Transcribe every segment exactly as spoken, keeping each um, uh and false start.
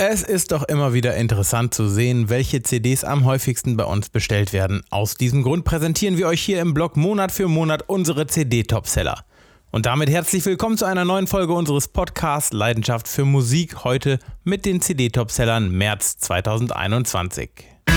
Es ist doch immer wieder interessant zu sehen, welche C Ds am häufigsten bei uns bestellt werden. Aus diesem Grund präsentieren wir euch hier im Blog Monat für Monat unsere C D-Topseller. Und damit herzlich willkommen zu einer neuen Folge unseres Podcasts Leidenschaft für Musik, heute mit den C D-Topsellern März zweitausendeinundzwanzig.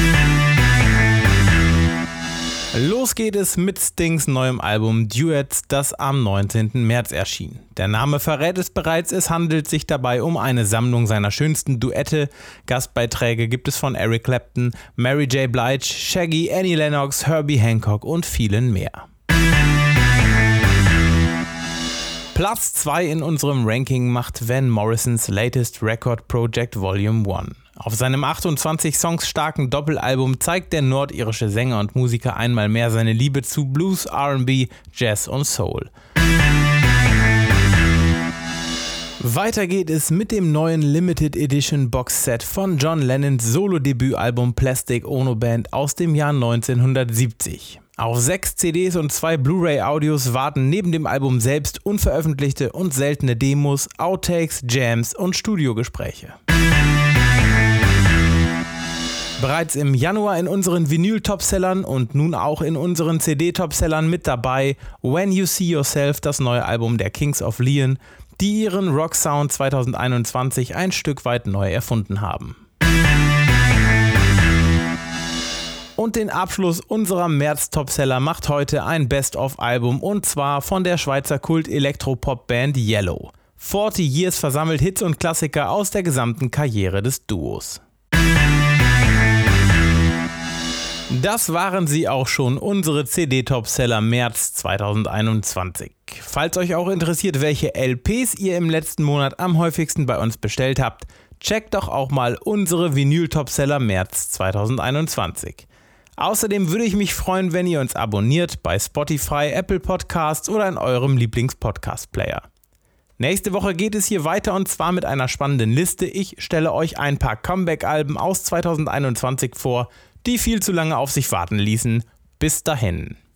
Los geht es mit Stings neuem Album Duets, das am neunzehnten März erschien. Der Name verrät es bereits, es handelt sich dabei um eine Sammlung seiner schönsten Duette. Gastbeiträge gibt es von Eric Clapton, Mary J. Blige, Shaggy, Annie Lennox, Herbie Hancock und vielen mehr. Platz zwei in unserem Ranking macht Van Morrisons Latest Record Project Volume eins. Auf seinem achtundzwanzig Songs starken Doppelalbum zeigt der nordirische Sänger und Musiker einmal mehr seine Liebe zu Blues, R and B, Jazz und Soul. Weiter geht es mit dem neuen Limited Edition Boxset von John Lennons Solo-Debütalbum Plastic Ono Band aus dem Jahr neunzehnhundertsiebzig. Auf sechs C Ds und zwei Blu-ray-Audios warten neben dem Album selbst unveröffentlichte und seltene Demos, Outtakes, Jams und Studiogespräche. Bereits im Januar in unseren Vinyl-Topsellern und nun auch in unseren C D-Topsellern mit dabei When You See Yourself, das neue Album der Kings of Leon, die ihren Rock-Sound zweitausendeinundzwanzig ein Stück weit neu erfunden haben. Und den Abschluss unserer März-Topseller macht heute ein Best-of-Album und zwar von der Schweizer Kult-Elektropop-Band Yellow. vierzig Years versammelt Hits und Klassiker aus der gesamten Karriere des Duos. Das waren sie auch schon, unsere C D-Topseller März zweitausendeinundzwanzig. Falls euch auch interessiert, welche L Ps ihr im letzten Monat am häufigsten bei uns bestellt habt, checkt doch auch mal unsere Vinyl-Topseller März zweitausendeinundzwanzig. Außerdem würde ich mich freuen, wenn ihr uns abonniert bei Spotify, Apple Podcasts oder in eurem Lieblings-Podcast-Player. Nächste Woche geht es hier weiter und zwar mit einer spannenden Liste. Ich stelle euch ein paar Comeback-Alben aus zweitausendeinundzwanzig vor, die viel zu lange auf sich warten ließen. Bis dahin.